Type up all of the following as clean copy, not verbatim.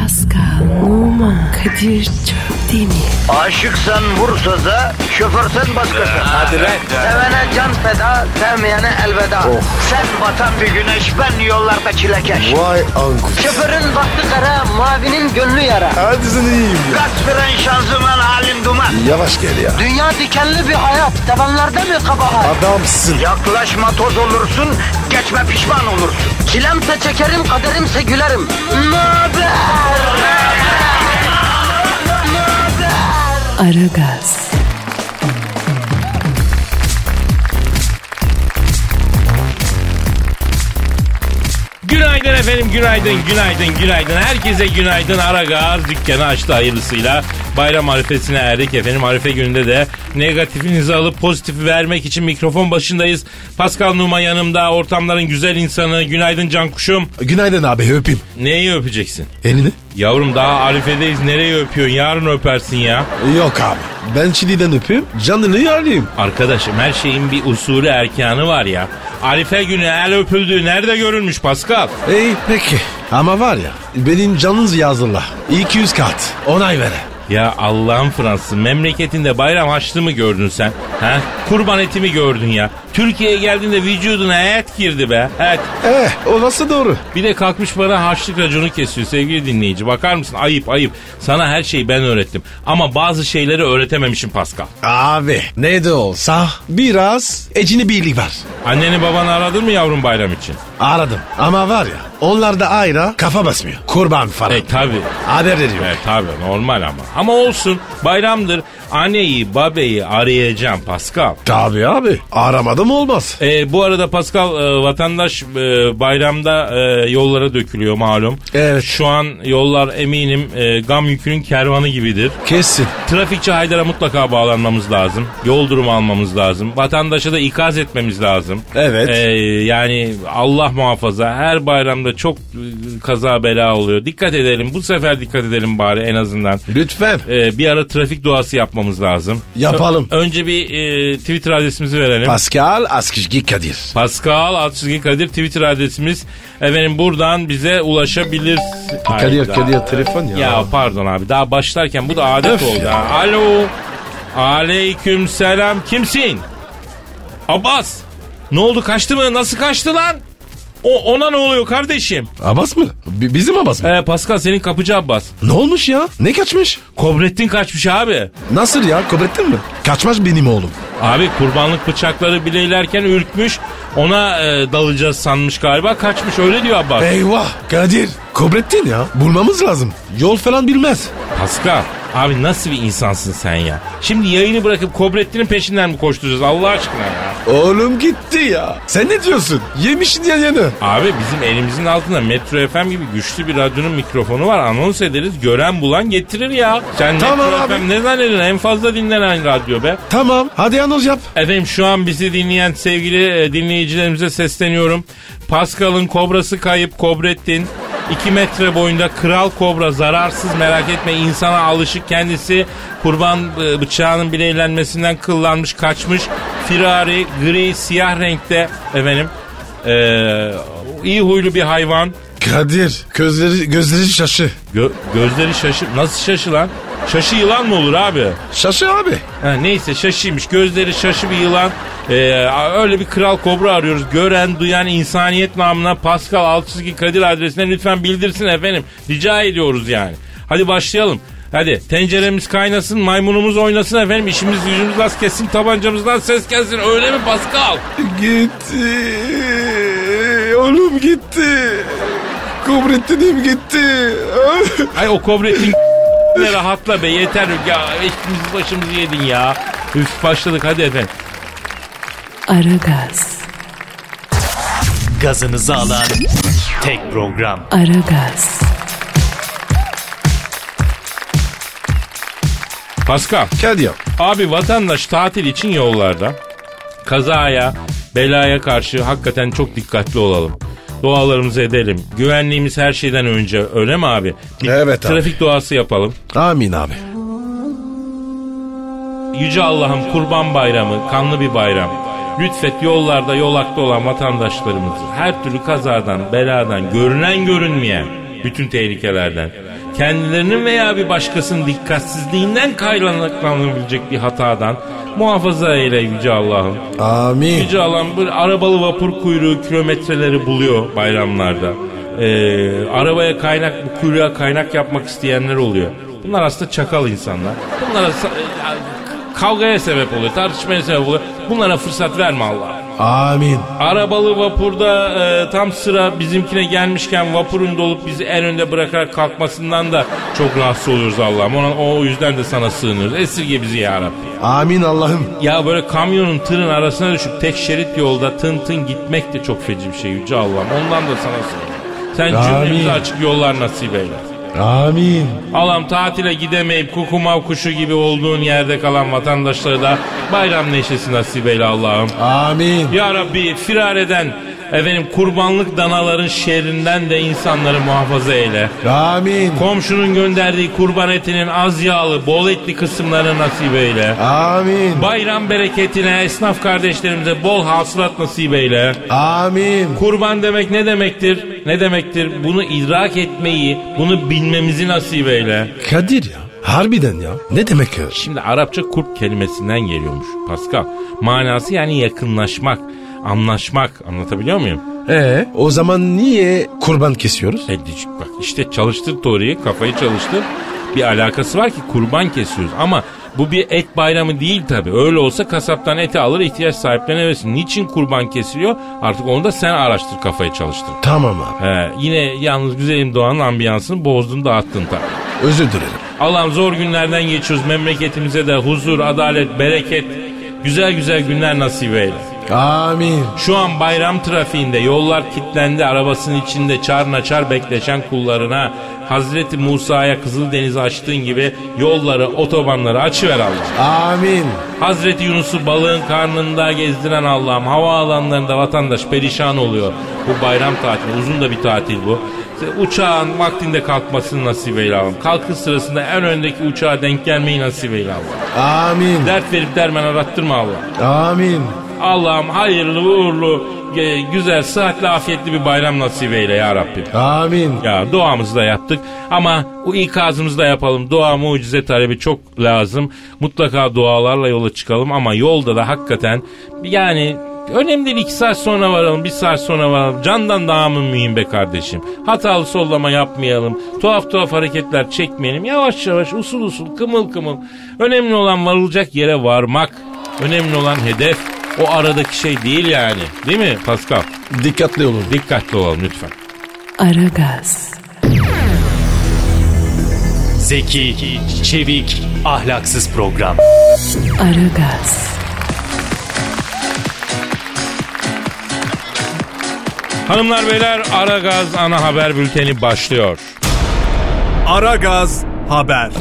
Pascal, Oman, Kadir çok değil mi? Aşıksan vursa da, şoförsen başkasın. Hadi lan. Sevene can feda, sevmeyene elveda. Sen batan bir güneş, ben yollarda çilekeş. Vay anku. Şoförün baktı kara, mavinin gönlü yara. Hadi sen iyiyim ya. Kasperen şanzıman halin duman. Yavaş gel ya. Dünya dikenli bir hayat, sevenlerde mi kabahar? Adamsın. Yaklaşma toz olursun, geçme pişman olursun. Çilemse çekerim, kaderimse gülerim. Möber! Aragaz. Günaydın efendim, günaydın. Herkese günaydın. Aragaz dükkanı açtı hayırlısıyla. Bayram arifesine erdik efendim. Arife gününde de negatifinizi alıp pozitifi vermek için mikrofon başındayız. Pascal Numa yanımda, ortamların güzel insanı. Günaydın Cankuşum. Günaydın abi, öpeyim. Neyi öpeceksin? Elini? Yavrum daha arifedeyiz, nereye öpüyorsun? Yarın öpersin ya. Yok abi. Ben Çin'den öpeyim, canını yarayayım. Arkadaşım her şeyin bir usulü erkanı var ya. Arife günü el öpüldüğü nerede görülmüş Pascal? İyi peki. Ama var ya, benim canınızı yazırlar. 200 kat. Onay vere. Ya Allah'ın Fransız, memleketinde bayram haçlı mı gördün sen? Ha? Kurban eti mi gördün ya? Türkiye'ye geldiğinde vücuduna et girdi be. Et. O nasıl doğru? Bir de kalkmış bana harçlık raconu kesiyor sevgili dinleyici. Bakar mısın? Ayıp. Sana her şeyi ben öğrettim. Ama bazı şeyleri öğretememişim Pascal. Abi ne de olsa biraz ecini birlik var. Anneni babanı aradın mı yavrum bayram için? Aradım ama var ya, onlar da ayrı kafa basmıyor. Kurban falan. Tabi. Haber veriyor. Tabi normal ama. Ama olsun, bayramdır. Anneyi babayı arayacağım Pascal. Tabii abi, aramadım olmaz. Bu arada Pascal, vatandaş bayramda yollara dökülüyor malum. Evet. Şu an yollar eminim gam yükünün kervanı gibidir. Kesin. Trafikçi Haydar'a mutlaka bağlanmamız lazım. Yol durumu almamız lazım. Vatandaşı da ikaz etmemiz lazım. Evet. Yani Allah muhafaza, her bayramda çok kaza bela oluyor. Dikkat edelim. Bu sefer dikkat edelim bari en azından. Lütfen. Bir ara trafik duası yapmamız lazım. Yapalım. Önce bir Twitter adresimizi verelim. Pascal Askışgi Kadir. Pascal Askışgi Kadir Twitter adresimiz. Efendim buradan bize ulaşabilir. Kadir telefon ya. Ya pardon abi, daha başlarken bu da adet Öf oldu. ya. Alo. Aleyküm selam. Kimsin? Abbas. Ne oldu, kaçtı mı? Nasıl kaçtı lan? Ona ne oluyor kardeşim? Abbas mı? Bizim Abbas mı? Pascal, senin kapıcı Abbas. Ne olmuş ya? Ne kaçmış? Kobrettin kaçmış abi. Nasıl ya? Kobrettin mi? Kaçmaz benim oğlum. Abi kurbanlık bıçakları bileylerken ürkmüş. Ona dalacağız sanmış galiba. Kaçmış, öyle diyor Abbas. Eyvah Kadir. Kobrettin ya. Bulmamız lazım. Yol falan bilmez. Pascal, abi nasıl bir insansın sen ya? Şimdi yayını bırakıp Kobrettin'in peşinden mi koşturacağız Allah aşkına ya? Oğlum gitti ya. Sen ne diyorsun? Yemişsin yanı. Abi bizim elimizin altında Metro FM gibi güçlü bir radyonun mikrofonu var. Anons ederiz. Gören bulan getirir ya. Sen Tamam Metro abi. FM ne zannediyorsun? En fazla dinlenen radyo be. Tamam. Hadi anons yap. Efendim şu an bizi dinleyen sevgili dinleyicilerimize sesleniyorum. Pascal'ın kobrası kayıp, Kobrettin. 2 metre boyunda kral kobra, zararsız, merak etme, insana alışık, kendisi kurban bıçağının bileylenmesinden kıllanmış, kaçmış. Firari, gri, siyah renkte efendim. İyi huylu bir hayvan. Kadir gözleri şaşı. Gözleri şaşı. Nasıl şaşı lan? Şaşı yılan mı olur abi? Şaşı abi. Neyse şaşıymış. Gözleri şaşı bir yılan. Öyle bir kral kobra arıyoruz. Gören duyan insaniyet namına Pascal Altçizgi Kadir adresine lütfen bildirsin efendim. Rica ediyoruz yani. Hadi başlayalım. Hadi tenceremiz kaynasın, maymunumuz oynasın efendim. İşimiz gücümüz az kessin, tabancamızdan ses gelsin. Öyle mi Pascal? Gitti. Oğlum gitti. Kobrettin'im gitti. Ay o Kobrettin rahatla be, yeter ya. Eşimizi başımızı yedin ya. Üf, başladık hadi efendim. Aragaz. Gazınızı alan tek program. Aragaz. Pascal. Kadir. Abi vatandaş tatil için yollarda. Kazaya, belaya karşı hakikaten çok dikkatli olalım. Dualarımızı edelim. Güvenliğimiz her şeyden önce, öyle mi abi? Evet abi. Trafik duası yapalım. Amin abi. Yüce Allah'ım, Kurban Bayramı kanlı bir bayram. Lütfet yollarda, yolakta olan vatandaşlarımızı her türlü kazadan, beladan, görünen görünmeyen bütün tehlikelerden kendilerinin veya bir başkasının dikkatsizliğinden kaynaklanabilecek bir hatadan muhafaza eyle Yüce Allah'ım. Amin. Yüce Allah'ım, böyle arabalı vapur kuyruğu kilometreleri buluyor bayramlarda. Arabaya kaynak, bu kuyruğa kaynak yapmak isteyenler oluyor. Bunlar aslında çakal insanlar. Bunlara kavgaya sebep oluyor, tartışmaya sebep oluyor. Bunlara fırsat verme Allah'ım. Amin. Arabalı vapurda tam sıra bizimkine gelmişken vapurun dolup bizi en önde bırakarak kalkmasından da çok rahatsız oluyoruz Allah'ım. O yüzden de sana sığınıyoruz. Esirge bizi ya Rabbi. Amin Allah'ım. Ya böyle kamyonun tırın arasına düşüp tek şerit yolda tın tın gitmek de çok feci bir şey Yüce Allah'ım. Ondan da sana sığınıyoruz. Sen cümlemize açık yollar nasip eyle. Amin. Allah'ım, tatile gidemeyip kukumav kuşu gibi olduğun yerde kalan vatandaşlara da bayram neşesi nasip eyle Allah'ım. Amin. Ya Rabbi, firar eden kurbanlık danaların şerrinden de insanları muhafaza eyle. Amin. Komşunun gönderdiği kurban etinin az yağlı, bol etli kısımlarını nasip eyle. Amin. Bayram bereketine esnaf kardeşlerimize bol hasılat nasip eyle. Amin. Kurban demek ne demektir? Ne demektir? Bunu idrak etmeyi, bunu bilmemizi nasip eyle. Kadir ya, harbiden ya. Ne demek ya? Şimdi Arapça kurb kelimesinden geliyormuş Pascal. Manası yani yakınlaşmak, anlaşmak. Anlatabiliyor muyum? O zaman niye kurban kesiyoruz? Bak işte çalıştır teoriyi, kafayı çalıştır. Bir alakası var ki kurban kesiyoruz ama bu bir et bayramı değil tabii. Öyle olsa kasaptan eti alır, ihtiyaç sahiplerine versin. Niçin kurban kesiliyor? Artık onu da sen araştır, kafayı çalıştır. Tamam abi. Yine yalnız güzelim doğanın ambiyansını bozdun, dağıttın tabii. Özür dilerim. Allah'ım, zor günlerden geçiyoruz. Memleketimize de huzur, adalet, bereket, güzel güzel günler nasip eyle. Amin. Şu an bayram trafiğinde yollar kilitlendi, arabasının içinde çar naçar bekleşen kullarına Hazreti Musa'ya Kızıldeniz'i açtığın gibi yolları, otobanları açıver Allah'ım. Amin. Hazreti Yunus'u balığın karnında gezdiren Allah'ım, havaalanlarında vatandaş perişan oluyor. Bu bayram tatili, uzun da bir tatil bu. Uçağın vaktinde kalkmasını nasip eyle Allah'ım. Kalkış sırasında en öndeki uçağa denk gelmeyi nasip eyle Allah'ım. Amin. Dert verip derman arattırma Allah'ım. Amin. Allah'ım hayırlı, uğurlu, güzel, sıhhatli, afiyetli bir bayram nasip eyle ya Rabbim. Amin. Ya duamızı da yaptık ama bu ikazımızı da yapalım. Dua mucize talebi çok lazım. Mutlaka dualarla yola çıkalım ama yolda da hakikaten yani önemli değil, 2 saat sonra varalım, 1 saat sonra varalım. Candan daha mı mühim be kardeşim? Hatalı sollama yapmayalım. Tuhaf tuhaf hareketler çekmeyelim. Yavaş yavaş, usul usul, kımıl kımıl. Önemli olan varılacak yere varmak. Önemli olan hedef. O aradaki şey değil yani. Değil mi Pascal? Dikkatli olun. Dikkatli olalım lütfen. Aragaz. Zeki, çevik, ahlaksız program. Aragaz. Hanımlar beyler, Aragaz ana haber bülteni başlıyor. Aragaz haber.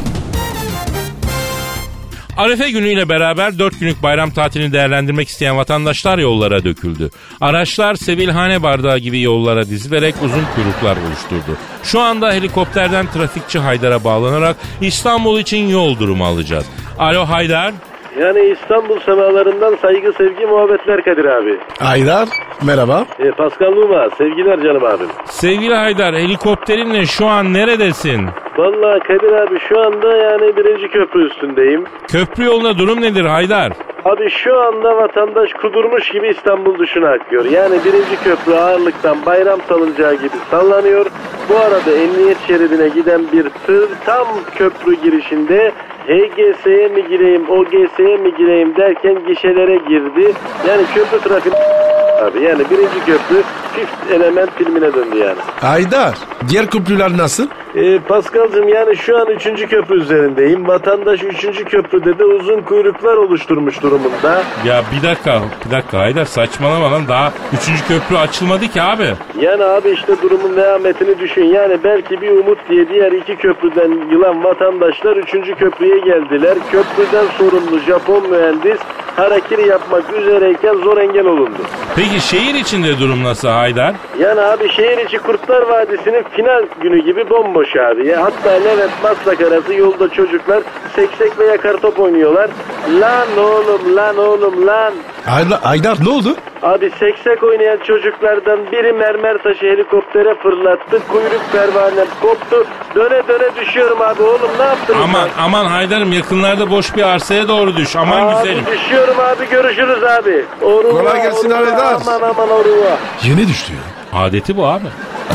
Arefe günüyle beraber 4 günlük bayram tatilini değerlendirmek isteyen vatandaşlar yollara döküldü. Araçlar sebilhane bardağı gibi yollara dizilerek uzun kuyruklar oluşturdu. Şu anda helikopterden trafikçi Haydar'a bağlanarak İstanbul için yol durumu alacağız. Alo Haydar. Yani İstanbul semalarından saygı, sevgi, muhabbetler Kadir abi. Haydar, merhaba. Pascal Numa, sevgiler canım abim. Sevgili Haydar, helikopterinle şu an neredesin? Vallahi Kadir abi şu anda yani 1. köprü üstündeyim. Köprü yolunda durum nedir Haydar? Abi şu anda vatandaş kudurmuş gibi İstanbul dışına akıyor. Yani 1. köprü ağırlıktan bayram salıncağı gibi sallanıyor. Bu arada emniyet şeridine giden bir tır tam köprü girişinde HGS'ye mi gireyim, OGS'ye mi gireyim derken gişelere girdi. Yani köprü trafiği abi, yani 1. köprü Fifth Element filmine döndü yani. Haydar, diğer köprüler nasıl? Pascal'cığım yani şu an 3. köprü üzerindeyim. Vatandaş 3. köprüde de uzun kuyruklar oluşturmuş durumunda. Ya bir dakika Haydar, saçmalama lan, daha 3. köprü açılmadı ki abi. Yani abi işte durumun vehametini düşün. Yani belki bir umut diye diğer 2 köprüden yılan vatandaşlar 3. köprüye geldiler. Köprüden sorumlu Japon mühendis harakiri yapmak üzereyken zor engel olundu. Peki şehir içinde durum nasıl Haydar? Yani abi şehir içi Kurtlar Vadisi'nin final günü gibi bomboş abi. Ya hatta Levent Maslak arası yolda çocuklar seksek ve yakar top oynuyorlar. Lan oğlum lan. Haydar ne oldu? Abi seksek oynayan çocuklardan biri mermer taşı helikoptere fırlattı. Kuyruk pervanem koptu. Döne döne düşüyorum abi oğlum, ne yaptın? Aman Haydar'ım, yakınlarda boş bir arsaya doğru düş. Aman abi, güzelim. Düşüyorum abi, görüşürüz abi. Kolay gelsin Haydar. Aman oruva. Yeni düştü ya. Adeti bu abi.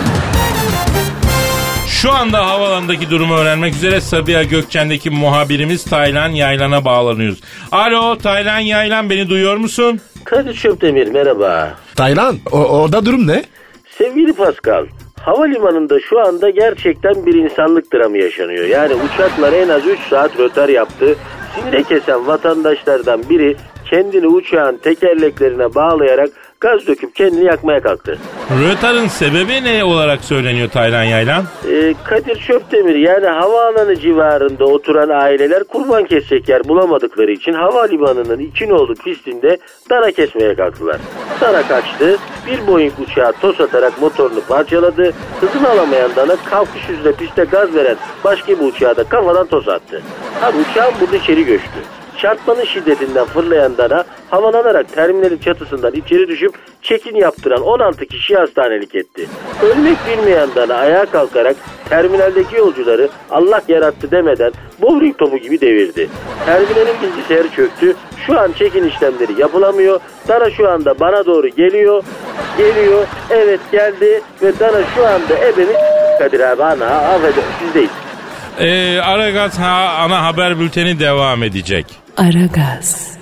Şu anda havalandaki durumu öğrenmek üzere Sabiha Gökçen'deki muhabirimiz Taylan Yaylan'a bağlanıyoruz. Alo Taylan Yaylan, beni duyuyor musun? Kadir Çöptemir merhaba. Taylan orada durum ne? Sevgili Pascal, havalimanında şu anda gerçekten bir insanlık dramı yaşanıyor. Yani uçaklar en az 3 saat rötar yaptı. Sinire kesen vatandaşlardan biri kendini uçağın tekerleklerine bağlayarak gaz döküp kendini yakmaya kalktı. Rötarın sebebi ne olarak söyleniyor Taylan Yaylan? Kadir Çöptemir, yani havaalanı civarında oturan aileler kurban kesecek yer bulamadıkları için havalimanının 2 nolu pistinde dana kesmeye kalktılar. Dana kaçtı, bir Boeing uçağı toz atarak motorunu parçaladı. Hızını alamayan dana kalkış yüzüne piste gaz veren başka bir uçağa da kafadan toz attı. Uçağın burnu içeri göçtü. Çarpmanın şiddetinden fırlayan dana havalanarak terminalin çatısından içeri düşüp check-in yaptıran 16 kişiyi hastanelik etti. Ölmek bilmeyen dana ayağa kalkarak terminaldeki yolcuları Allah yarattı demeden bowling topu gibi devirdi. Terminalin bilgisayarı çöktü. Şu an check-in işlemleri yapılamıyor. Dana şu anda bana doğru geliyor. Evet geldi ve dana şu anda ebemi Kadir abi, affedin sizdeyiz. Aragaz ana haber bülteni devam edecek. Aragaz.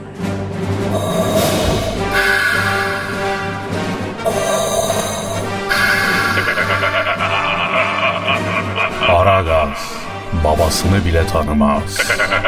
Aragaz babasını bile tanımaz.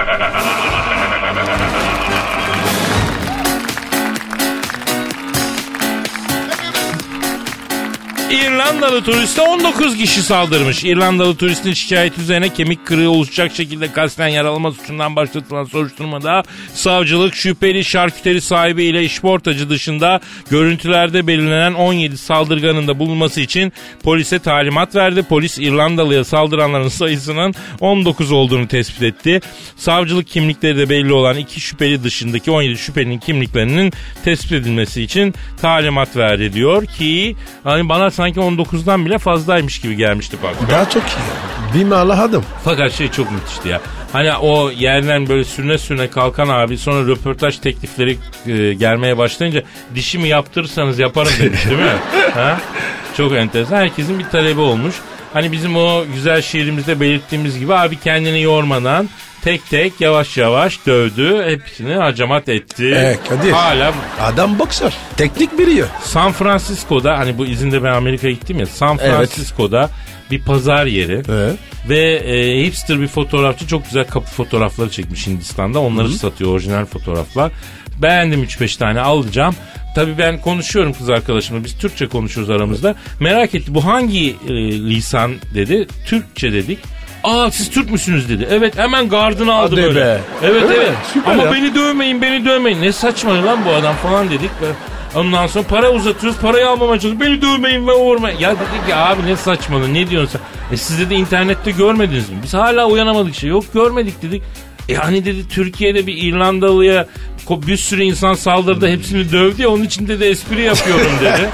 İrlandalı turiste 19 kişi saldırmış. İrlandalı turistin şikayeti üzerine kemik kırığı oluşacak şekilde kasten yaralama suçundan başlatılan soruşturmada savcılık şüpheli şarküteri sahibi ile işportacı dışında görüntülerde belirlenen 17 saldırganın da bulunması için polise talimat verdi. Polis İrlandalıya saldıranların sayısının 19 olduğunu tespit etti. Savcılık kimlikleri de belli olan 2 şüpheli dışındaki 17 şüphelinin kimliklerinin tespit edilmesi için talimat verdi diyor ki hani bana sanki 19'dan bile fazlaymış gibi gelmişti bak. Daha çok iyi. Bir malahadım. Fakat şey çok müthişti ya. Hani o yerden böyle sürüne kalkan abi sonra röportaj teklifleri gelmeye başlayınca dişimi yaptırırsanız yaparım demiş değil mi? Ha? Çok enteresan. Herkesin bir talebi olmuş. Hani bizim o güzel şiirimizde belirttiğimiz gibi abi kendini yormadan tek tek yavaş dövdü. Hepsini hacamat etti. Kadir. Hala adam boksör. Teknik biliyor. San Francisco'da hani bu izinde ben Amerika'ya gittim ya. San Francisco'da bir pazar yeri. Ve hipster bir fotoğrafçı çok güzel kapı fotoğrafları çekmiş Hindistan'da. Onları satıyor, orijinal fotoğraflar. Beğendim 3-5 tane alacağım. Tabii ben konuşuyorum kız arkadaşımla. Biz Türkçe konuşuyoruz aramızda. Merak etti bu hangi lisan dedi. Türkçe dedik. Aa siz Türk müsünüz dedi. Evet hemen gardını aldı böyle. Be. Evet. Ama ya. Beni dövmeyin. Ne saçma lan bu adam falan dedik. Ondan sonra para uzatıyoruz. Parayı almamaya çalışıyoruz. Beni dövmeyin ve vurmayın. Ya dedik ya abi ne saçmalığı ne diyorsun sen? Siz dedi internette görmediniz mi? Biz hala uyanamadık şey. Yok görmedik dedik. Hani dedi Türkiye'de bir İrlandalıya bir sürü insan saldırdı hepsini dövdü ya onun için de espri yapıyorum dedi.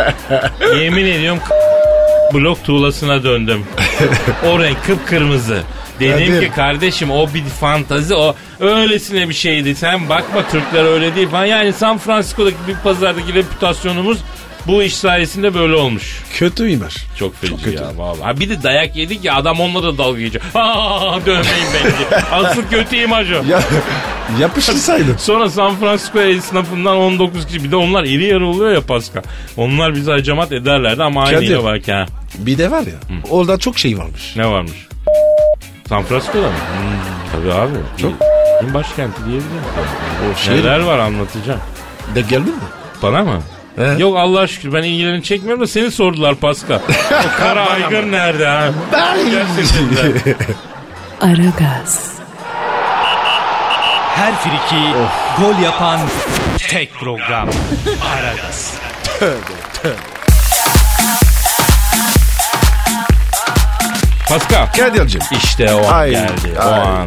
Yemin ediyorum blok tuğlasına döndüm. O renk kıpkırmızı. Dedim ki kardeşim o bir fantazi o öylesine bir şeydi. Sen bakma Türkler öyle değil falan. Yani San Francisco'daki bir pazardaki reputasyonumuz bu iş sayesinde böyle olmuş. Kötü imaj. Çok feci ya vallahi. Bir de dayak yedik ya adam onunla da dalga geçiyor. Dövmeyin beni. Asıl kötü imaj o. Yapıştırsaydın. Sonra San Francisco esnafından 19 kişi. Bir de onlar iri yarı oluyor ya Pascal. Onlar bizi hacamat ederlerdi ama aynı yine var ki ha. Bir de var ya orada çok şey varmış. Ne varmış? San Francisco'da mı? Tabii abi. Çok. Başkenti diyebilirim. Neler var anlatacağım. De geldin mi? Bana mı? Yok Allah'a şükür ben ilgilerini çekmiyorum da seni sordular Pascal. O kara aygır nerede ha? Aragaz. Her friki gol yapan tek program. Aragaz. Tövbe. Pascal. Kadir'cim. İşte o an Ay, geldi. O ay, an.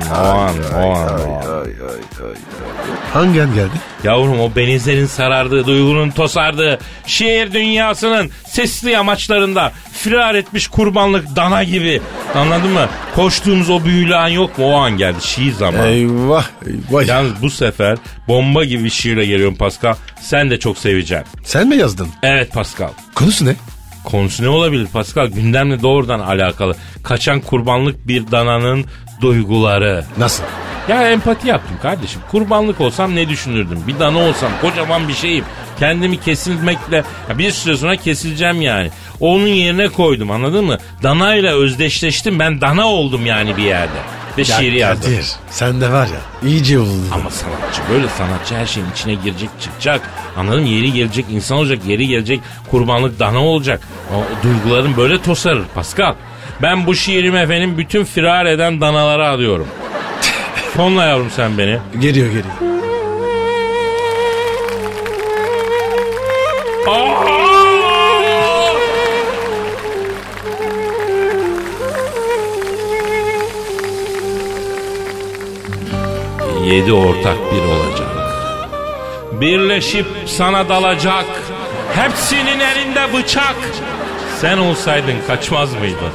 Hangi an geldi? Yavrum o benizlerin sarardığı, duygunun tosardığı, şiir dünyasının sesli yamaçlarında firar etmiş kurbanlık dana gibi. Anladın mı? Koştuğumuz o büyülü an yok mu? O an geldi. Şiir zamanı. Eyvah. Yalnız bu sefer bomba gibi bir şiirle geliyorum Pascal. Sen de çok seveceksin. Sen mi yazdın? Evet Pascal. Konusu ne? Konusu ne olabilir Pascal? Gündemle doğrudan alakalı. Kaçan kurbanlık bir dananın duyguları. Nasıl? Ya empati yaptım kardeşim. Kurbanlık olsam ne düşünürdüm? Bir dana olsam kocaman bir şeyim. Kendimi kesilmekle bir süre sonra kesileceğim yani. Onun yerine koydum, anladın mı? Danayla özdeşleştim, ben dana oldum yani bir yerde. Ve şiiri yazdım. Kadir, sen de var ya iyice oldu. Ama sanatçı, böyle sanatçı her şeyin içine girecek, çıkacak. Anladın mı? Yeri gelecek insan olacak, yeri gelecek kurbanlık dana olacak. O duyguların böyle tosarır Pascal. Ben bu şiirimi efendim bütün firar eden danalara alıyorum. Fonla yavrum sen beni. Geliyor. Yedi ortak bir olacak. Birleşip sana dalacak. Hepsinin elinde bıçak. Sen olsaydın kaçmaz mıydın?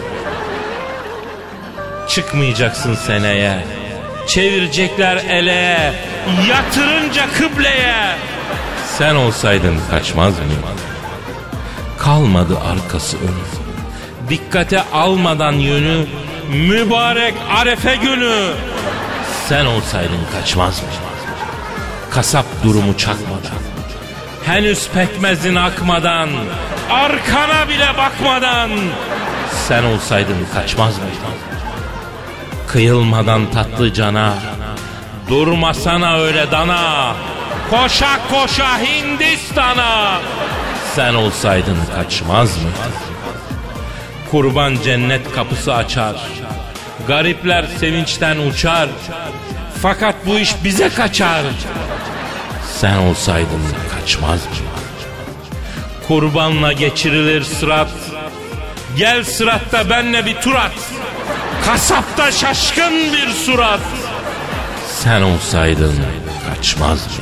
Çıkmayacaksın seneye. Çevirecekler ele. Yatırınca kıbleye. Sen olsaydın kaçmaz mıydın? Kalmadı arkası önü. Dikkate almadan yönü. Mübarek Arefe günü. Sen olsaydın kaçmaz mıydın? Kasap durumu çakmadan, henüz pekmezin akmadan, arkana bile bakmadan, sen olsaydın kaçmaz mıydın? Kıyılmadan tatlı cana, durmasana öyle dana, koşa koşa Hindistan'a, sen olsaydın kaçmaz mıydın? Kurban cennet kapısı açar, garipler sevinçten uçar. Fakat bu iş bize kaçar. Sen olsaydın kaçmaz mı? Kurbanla geçirilir sırat. Gel sıratta benle bir tur at. Kasapta şaşkın bir surat. Sen olsaydın kaçmaz mı?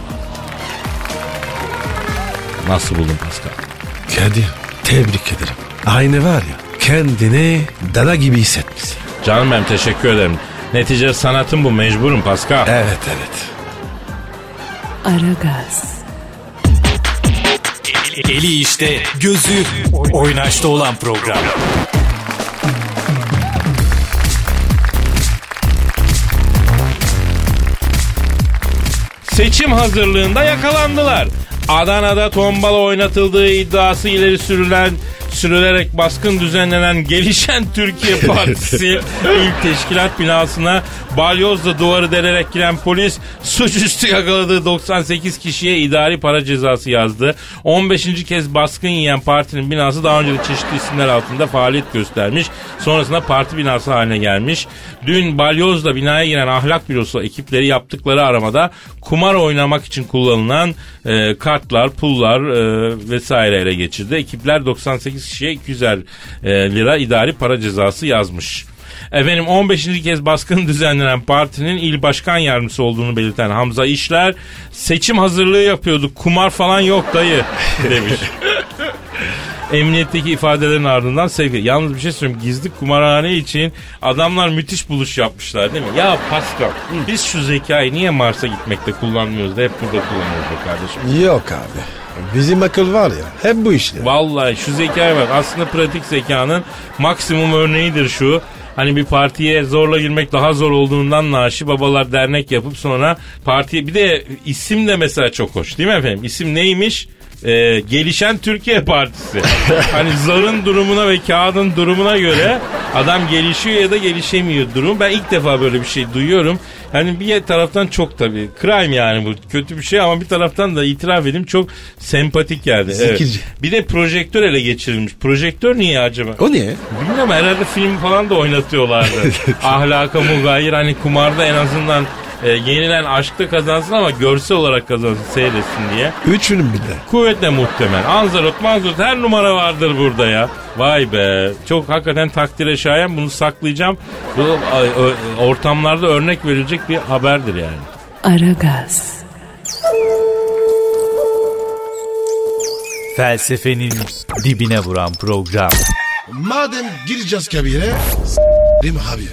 Nasıl buldun Pascal? Kadir, tebrik ederim. Aynı var ya, kendini dana gibi hissetmişsin. Canım benim, teşekkür ederim. Neticede sanatım bu, mecburum Pascal. Evet. Aragaz. Eli işte, gözü oynaşta olan program. Seçim hazırlığında yakalandılar. Adana'da tombala oynatıldığı iddiası ileri sürülerek baskın düzenlenen Gelişen Türkiye Partisi ilk teşkilat binasına balyozla duvarı delerek giren polis suçüstü yakaladığı 98 kişiye idari para cezası yazdı. 15. kez baskın yiyen partinin binası daha önce de çeşitli isimler altında faaliyet göstermiş. Sonrasında parti binası haline gelmiş. Dün balyozla binaya giren ahlak bürosu ekipleri yaptıkları aramada kumar oynamak için kullanılan kartlar, pullar vesaire ele geçirdi. Ekipler 98 kişiye 200'er lira idari para cezası yazmış. Efendim 15. kez baskın düzenlenen partinin il başkan yardımcısı olduğunu belirten Hamza İşler, seçim hazırlığı yapıyorduk, kumar falan yok dayı demiş. Emniyetteki ifadelerin ardından sevgi. Yalnız bir şey söyleyeyim, gizli kumarhane için adamlar müthiş buluş yapmışlar değil mi? Ya Pascal, biz şu zekayı niye Mars'a gitmekte kullanmıyoruz da hep burada kullanıyoruz be kardeşim? Yok abi. Bizim akıl var ya, hep bu işte. Vallahi şu zekaya bak, aslında pratik zekanın maksimum örneğidir şu. Hani bir partiye zorla girmek daha zor olduğundan naşi babalar dernek yapıp sonra partiye, bir de isim de mesela çok hoş değil mi efendim? İsim neymiş? Gelişen Türkiye Partisi. Hani zarın durumuna ve kağıdın durumuna göre adam gelişiyor ya da gelişemiyor durum. Ben ilk defa böyle bir şey duyuyorum. Hani bir taraftan çok tabii crime yani, bu kötü bir şey, ama bir taraftan da itiraf edeyim çok sempatik geldi. Evet. Bir de projektör ele geçirilmiş. Projektör niye acaba? O niye? Bilmiyorum, herhalde film falan da oynatıyorlardı. Ahlaka mugayir, hani kumarda en azından Yenilen aşkta kazansın ama görsel olarak kazansın, seyretsin diye. Üçünün bir de. Kuvvetle muhtemel. Anzarot manzarot her numara vardır burada ya. Vay be. Çok hakikaten takdire şayan, bunu saklayacağım. Bu ortamlarda örnek verilecek bir haberdir yani. Aragaz. Felsefenin dibine vuran program. Madem gireceğiz kabire, değil mi abi?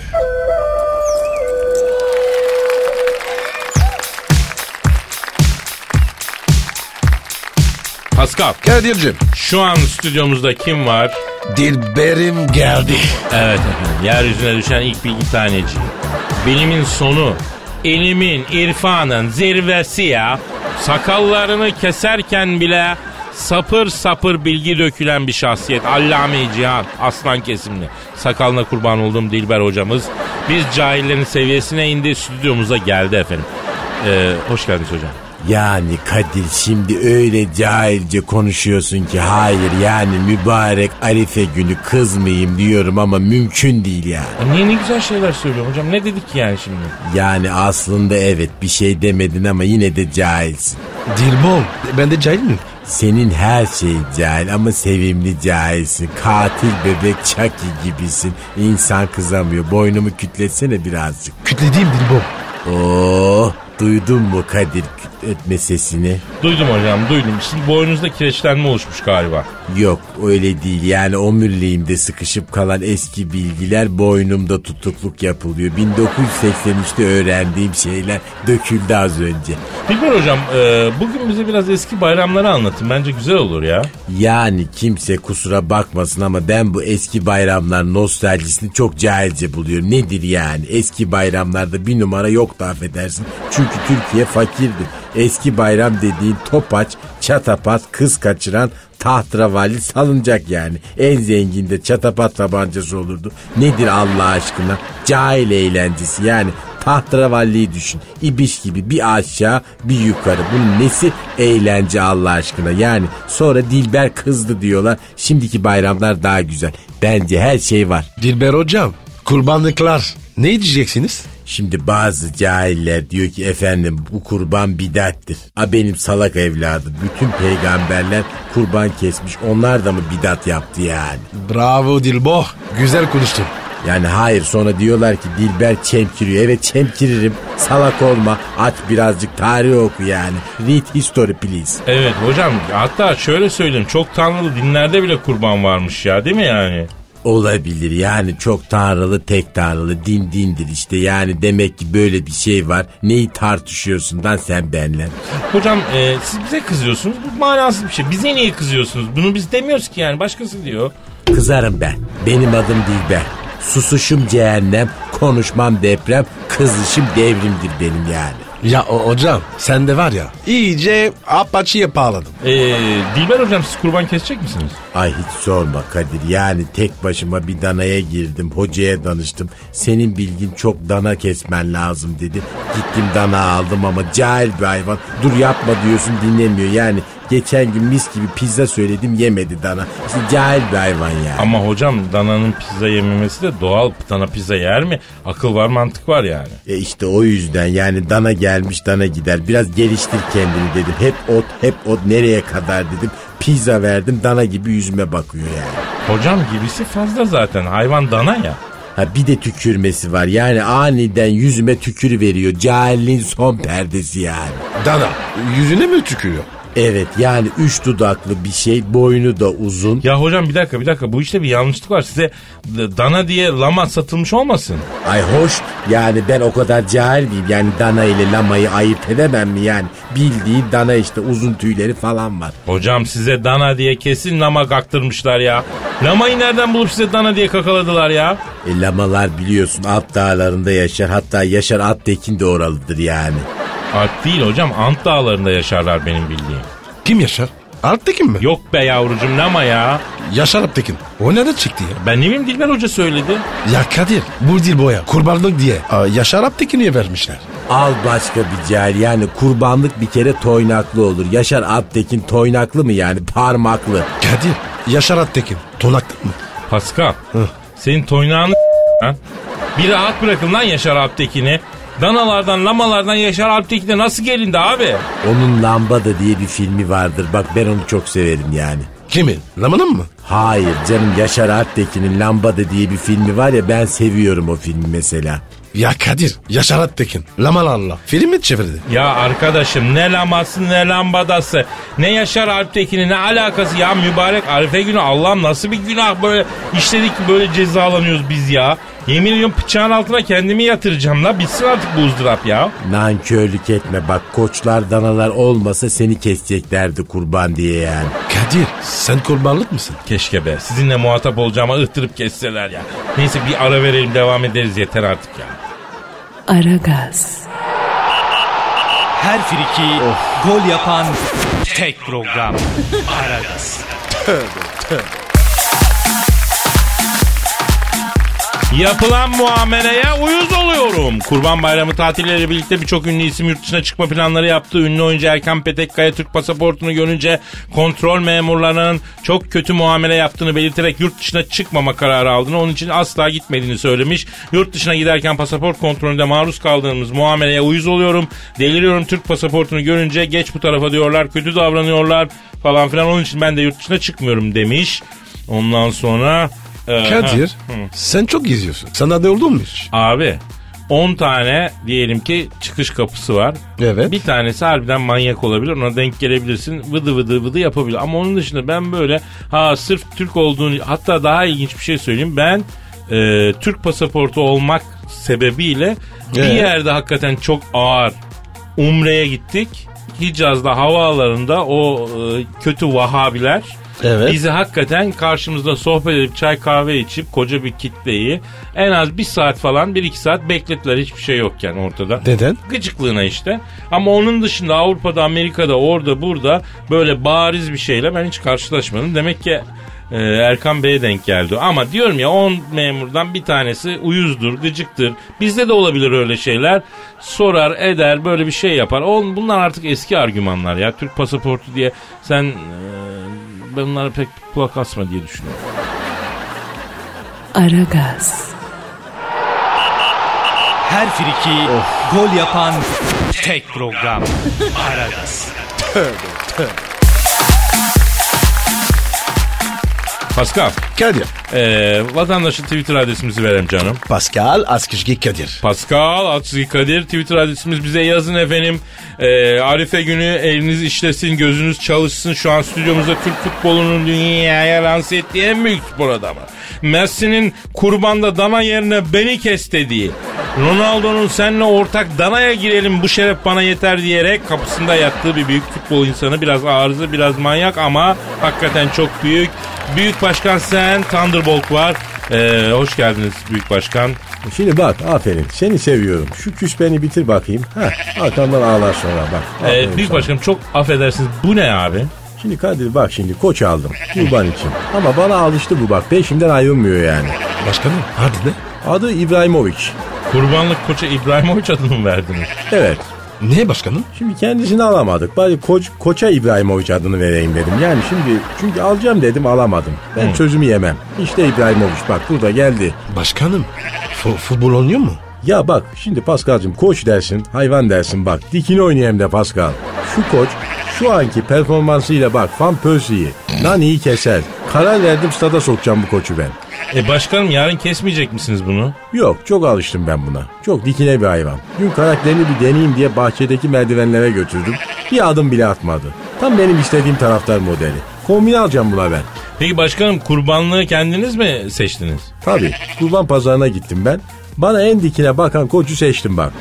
Pascal. Kadir'cim. Şu an stüdyomuzda kim var? Dilberim geldi. Evet efendim. Yeryüzüne düşen ilk bilgi taneci. Bilimin sonu. İlimin, irfanın zirvesi ya. Sakallarını keserken bile sapır sapır bilgi dökülen bir şahsiyet. Allame-i Cihan, aslan kesimli. Sakalına kurban olduğum Dilber hocamız. Biz cahillerin seviyesine indi, stüdyomuza geldi efendim. Hoş geldiniz hocam. Yani Kadir, şimdi öyle cahilce konuşuyorsun ki hayır, yani mübarek Arife günü kızmayayım diyorum ama mümkün değil yani. Niye, ne güzel şeyler söylüyorum hocam, ne dedik yani şimdi? Yani aslında evet, bir şey demedin ama yine de cahilsin. Dilbol, ben de cahil miyim? Senin her şeyin cahil ama sevimli cahilsin. Katil bebek Chucky gibisin. İnsan kızamıyor. Boynumu kütletsene birazcık. Kütlediğim Dilbol. Oo, duydun mu Kadir kütletme sesini? Duydum hocam, duydum. Şimdi boynunuzda kireçlenme oluşmuş galiba. Yok, öyle değil. Yani omuriliğimde sıkışıp kalan eski bilgiler boynumda tutukluk yapılıyor. 1983'te öğrendiğim şeyler döküldü az önce. Dilber hocam, bugün bize biraz eski bayramları anlatın. Bence güzel olur ya. Yani kimse kusura bakmasın ama ben bu eski bayramlar nostaljisini çok cahilce buluyorum. Nedir yani? Eski bayramlarda bir numara yoktu, affedersin. Çünkü Türkiye fakirdi. Eski bayram dediğin topaç, çatapat, kız kaçıran, tahterevalli, salıncak yani. En zenginde çatapat tabancası olurdu. Nedir Allah aşkına? Cahil eğlencesi yani. Tahterevalliyi düşün. İbiş gibi bir aşağı bir yukarı. Bunun nesi eğlence Allah aşkına? Yani sonra Dilber kızdı diyorlar. Şimdiki bayramlar daha güzel. Bence her şey var. Dilber hocam, kurbanlıklar ne diyeceksiniz? Şimdi bazı cahiller diyor ki efendim bu kurban bidattir. Benim salak evladım, bütün peygamberler kurban kesmiş, onlar da mı bidat yaptı yani? Bravo Dilbo, güzel konuştun. Yani hayır, sonra diyorlar ki Dilber çemkiriyor. Evet, çemkiririm, salak olma, aç birazcık tarih oku yani. Read history please. Evet hocam, hatta şöyle söyleyeyim, çok tanrılı dinlerde bile kurban varmış ya, değil mi yani? Olabilir yani, çok tanrılı tek tanrılı din dindir işte, yani demek ki böyle bir şey var. Neyi tartışıyorsun lan sen benimle? Hocam siz bize kızıyorsunuz, bu manasız bir şey. Bize niye kızıyorsunuz? Bunu biz demiyoruz ki yani, başkası diyor. Kızarım ben, benim adım Dilber. Susuşum cehennem, konuşmam deprem, kızışım devrimdir benim yani. Ya hocam, sen de var ya, iyice apaçıya bağladın. Dilber hocam, siz kurban kesecek misiniz? Ay hiç sorma Kadir, yani tek başıma bir danaya girdim, hocaya danıştım. Senin bilgin çok, dana kesmen lazım dedi. Gittim dana aldım ama cahil bir hayvan. Dur yapma diyorsun, dinlemiyor yani. Geçen gün mis gibi pizza söyledim, yemedi dana. İşte cahil bir hayvan yani. Ama hocam, dananın pizza yememesi de doğal. Dana pizza yer mi? Akıl var, mantık var yani. İşte o yüzden yani, dana gelmiş dana gider. Biraz geliştir kendini dedim. Hep ot nereye kadar dedim. Pizza verdim, dana gibi yüzüme bakıyor yani. Hocam gibisi fazla zaten, hayvan dana ya. Bir de tükürmesi var yani, aniden yüzüme tükürü veriyor. Cahilliğin son perdesi yani. Dana yüzüne mi tükürüyor? Evet yani 3 dudaklı bir şey, boynu da uzun. Ya hocam bir dakika, bu işte bir yanlışlık var. Size dana diye lama satılmış olmasın? Ay hoş, yani ben o kadar cahil miyim yani, dana ile lamayı ayırt edemem mi yani? Bildiğin dana işte, uzun tüyleri falan var. Hocam size dana diye kesin lama kaktırmışlar ya. Lamayı nereden bulup size dana diye kakaladılar ya? Lamalar biliyorsun Alp dağlarında yaşar, hatta Yaşar Alptekin de oralıdır yani. Alp değil hocam, Ant dağlarında yaşarlar benim bildiğim. Kim Yaşar? Alptekin mi? Yok be yavrucum, lama ya. Yaşar Alptekin. O nereden çıktı ya? Ben ne bileyim, Dilber Hoca söyledi. Ya Kadir, bu Dilbo'ya kurbanlık diye Yaşar Alptekin'i vermişler. Al başka bir cahil yani, kurbanlık bir kere toynaklı olur. Yaşar Alptekin toynaklı mı yani, parmaklı? Kadir, Yaşar Alptekin toynaklı mı? Pascal, senin toynağını bir rahat bırakın lan Yaşar Alptekin'i. Danalardan, lamalardan Yaşar Alptekin'e nasıl gelindi abi? Onun Lambada diye bir filmi vardır. Bak ben onu çok severim yani. Kimin? Lamanın mı? Hayır canım, Yaşar Alptekin'in Lambada diye bir filmi var ya, ben seviyorum o filmi mesela. Ya Kadir, Yaşar Alptekin, Lamalarla film mi çevirdi? Ya arkadaşım, ne laması ne lambadası, ne Yaşar Alptekin'in ne alakası ya, mübarek Arife günü, Allah'ım nasıl bir günah böyle işledik ki böyle cezalanıyoruz biz ya. Yemin ediyorum bıçağın altına kendimi yatıracağım la, bitsin artık bu ızdırap ya. Nankörlük etme bak, koçlar danalar olmasa seni keseceklerdi kurban diye yani. Kadir, sen kurbanlık mısın? Keşke be, sizinle muhatap olacağıma ıhtırıp kesseler ya. Neyse bir ara verelim, devam ederiz, yeter artık ya. Aragaz. Her friki gol yapan tek program. Aragaz. Yapılan muameleye uyuz oluyorum. Kurban Bayramı tatilleriyle birlikte birçok ünlü isim yurt dışına çıkma planları yaptı. Ünlü oyuncu Erkan Petekkaya Türk pasaportunu görünce kontrol memurlarının çok kötü muamele yaptığını belirterek yurt dışına çıkmama kararı aldığını, onun için asla gitmediğini söylemiş. Yurt dışına giderken pasaport kontrolünde maruz kaldığımız muameleye uyuz oluyorum. Deliriyorum, Türk pasaportunu görünce geç bu tarafa diyorlar, kötü davranıyorlar falan filan, onun için ben de yurt dışına çıkmıyorum demiş. Ondan sonra... Kadir, sen çok geziyorsun. Sana da oldu mu hiç? Abi 10 tane diyelim ki çıkış kapısı var. Evet. Bir tanesi harbiden manyak olabilir. Ona denk gelebilirsin. Vıdı vıdı vıdı yapabilir. Ama onun dışında ben böyle sırf Türk olduğunu, hatta daha ilginç bir şey söyleyeyim. Ben Türk pasaportu olmak sebebiyle bir yerde hakikaten çok ağır Umre'ye gittik. Hicaz'da havaalanında o kötü Vahabiler bizi hakikaten karşımızda sohbet edip çay kahve içip koca bir kitleyi en az 1 saat falan 1-2 saat beklettiler, hiçbir şey yokken ortada. Neden? Gıcıklığına işte. Ama onun dışında Avrupa'da, Amerika'da, orada burada böyle bariz bir şeyle ben hiç karşılaşmadım. Demek ki Erkan Bey'e denk geldi. Ama diyorum ya, 10 memurdan bir tanesi uyuzdur, gıcıktır. Bizde de olabilir öyle şeyler. Sorar eder, böyle bir şey yapar. Bunlar artık eski argümanlar ya. Türk pasaportu diye sen ben bunlara pek kulak asma diye düşünüyorum. Aragaz. Her friki gol yapan tek program. Aragaz. Pascal. Kadir. Vatandaşın Twitter adresimizi verelim canım. Pascal Askışgi Kadir. Pascal Askışgi Kadir Twitter adresimiz, bize yazın efendim. Arife günü eliniz işlesin, gözünüz çalışsın. Şu an stüdyomuzda Türk futbolunun dünyaya lanse ettiği en büyük spor adamı. Messi'nin kurbanda dana yerine beni kes dediği, Ronaldo'nun seninle ortak danaya girelim bu şeref bana yeter diyerek kapısında yattığı bir büyük futbol insanı. Biraz arıza, biraz manyak ama hakikaten çok büyük. Büyük Başkan Sen Thunderbolt var. Hoş geldiniz Büyük Başkan. Şimdi bak, aferin, seni seviyorum. Şu küspeni bitir bakayım. Arkamdan ağlar sonra bak. Büyük sana. Başkanım çok affedersiniz, bu ne abi? Şimdi Kadir bak, şimdi koç aldım kurban için. Ama bana alıştı bu bak, peşimden ayrılmıyor yani. Başkanım adı ne? Adı İbrahimovic. Kurbanlık koça İbrahimovic adını mı verdiniz? Evet. Niye başkanım? Şimdi kendisini alamadık. Bari koça İbrahimovic adını vereyim dedim. Yani şimdi çünkü alacağım dedim, alamadım. Ben sözümü yemem. İşte İbrahimovic bak burada geldi. Başkanım futbol oynuyor mu? Ya bak şimdi Pascal'cığım, koç dersin, hayvan dersin, bak dikini oynayayım de Pascal. Şu koç şu anki performansıyla bak Van Persie'yi, Nani'yi keser. Karar verdim, stada sokacağım bu koçu ben. Başkanım yarın kesmeyecek misiniz bunu? Yok, çok alıştım ben buna. Çok dikine bir hayvan. Dün karakterini bir deneyeyim diye bahçedeki merdivenlere götürdüm. Bir adım bile atmadı. Tam benim istediğim taraftar modeli. Kombine alacağım buna ben. Peki başkanım, kurbanlığı kendiniz mi seçtiniz? Tabii, kurban pazarına gittim ben. Bana en dikine bakan koçu seçtim bak.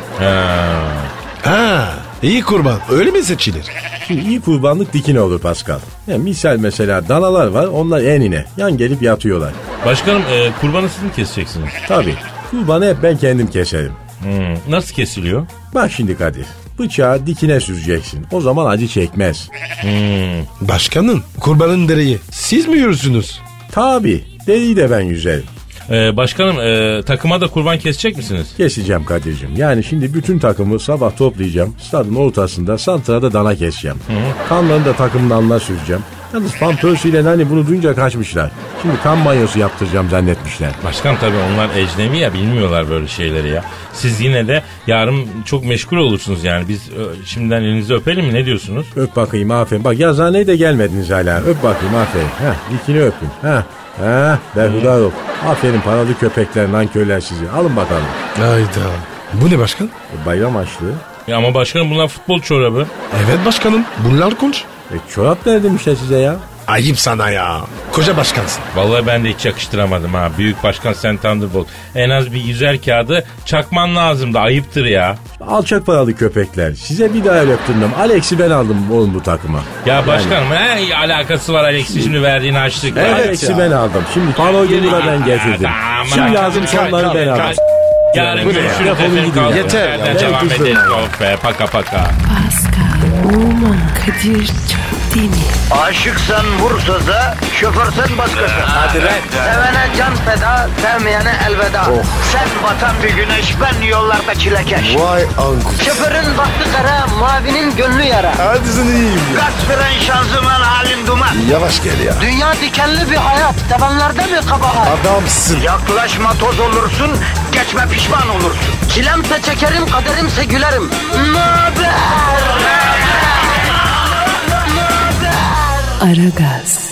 İyi kurban öyle mi seçilir? Şimdi iyi kurbanlık dikine olur Pascal. Yani misal mesela danalar var, onlar enine. Yan gelip yatıyorlar. Başkanım kurbanı siz mi keseceksiniz? Tabii. Kurbanı hep ben kendim keserim. Nasıl kesiliyor? Bak şimdi Kadir. Bıçağı dikine süreceksin. O zaman acı çekmez. Başkanım kurbanın dereyi siz mi yürürsünüz? Tabii. Deriyi de ben yüzerim. Başkanım takıma da kurban kesecek misiniz? Keseceğim Kadir'cim. Yani şimdi bütün takımı sabah toplayacağım. Stadın ortasında santrada dana keseceğim. Kanlarını da takımın alnına süreceğim. Yalnız Van Persie ile Nani bunu duyunca kaçmışlar. Şimdi kan banyosu yaptıracağım zannetmişler. Başkan tabii onlar ecnebi ya, bilmiyorlar böyle şeyleri ya. Siz yine de yarın çok meşgul olursunuz yani. Biz şimdiden elinizi öpelim mi, ne diyorsunuz? Öp bakayım, aferin. Bak yazıhaneye de gelmediniz hala. Öp bakayım, aferin. Dikini öpün. Berhudar ol. Aferin paralı köpekler, nankörler sizi. Alın bakalım. Hayda. Bu ne başkan? Bayram açlığı. Ya ama başkanım bunlar futbol çorabı. Evet başkanım. Bunlar konç. Çorap verdim işte size ya. Ayıp sana ya. Koca başkansın. Vallahi ben de hiç yakıştıramadım ha. Büyük başkan sen Thunderbolt. En az bir 100'er kağıdı çakman lazımdı. Ayıptır ya. Alçak paralı köpekler. Size bir daha öptürdüm. Alex'i ben aldım oğlum bu takıma. Ya başkanım ne alakası var Alex'i şimdi verdiğin harçlık? Evet, Alex'i ben aldım. Şimdi panoyu da ben getirdim. Şimdi lazım sonları ben aldım. Yarın görüşürüz efendim. Yeter. Devam edelim. Yok be, paka paka. Pascal, Oman, Kadir çok değil mi? Aşıksan vursa da, şoförsen başkasın. Hadi lan. Sevene can feda, sevmeyene elveda. Sen batan bir güneş, ben yollarda çilekeş. Vay anku. Şoförün baktı kara, mavinin gönlü yara. Hadi sen iyiyim ya. Kasperen şanzıman halin duman. Yavaş gel ya. Dünya dikenli bir hayat, sevenlerde mi kabahar? Adamsın. Yaklaşma toz olursun, geçme pişman olursun. Çilemse çekerim, kaderimse gülerim. Möber! Aragaz.